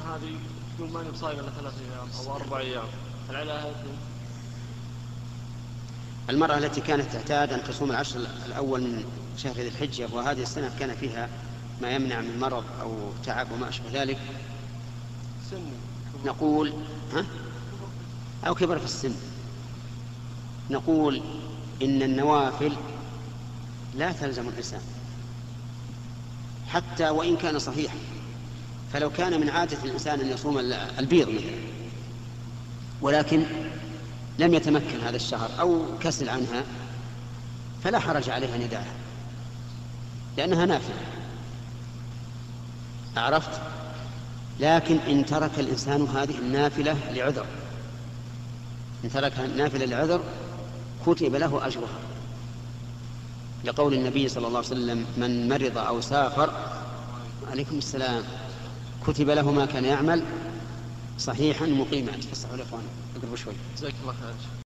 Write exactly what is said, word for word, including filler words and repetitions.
هذه تقول ماني بصايم إلا ثلاث أيام أو أربع أيام، هل عليها إثم؟ المرأة التي كانت تعتاد أن تصوم العشر الأول من شهر ذي الحجة وهذه السنة كان فيها ما يمنع من مرض أو تعب وما أشبه ذلك، نقول ها؟ أو كبر في السن، نقول إن النوافل لا تلزم الإنسان حتى وإن كان صحيح. فلو كان من عادة الإنسان أن يصوم البيض مثلا ولكن لم يتمكن هذا الشهر أو كسل عنها فلا حرج عليها أن يدعها لأنها نافلة، عرفت؟ لكن إن ترك الإنسان هذه النافلة لعذر، إن ترك النافلة لعذر كتب له أجرها، لقول النبي صلى الله عليه وسلم: من مرض أو سافر عليكم السلام كتب له ما كان يعمل صحيحا مقيما. تفسحوا الإخوان اقربوا شوي. جزاك الله خير.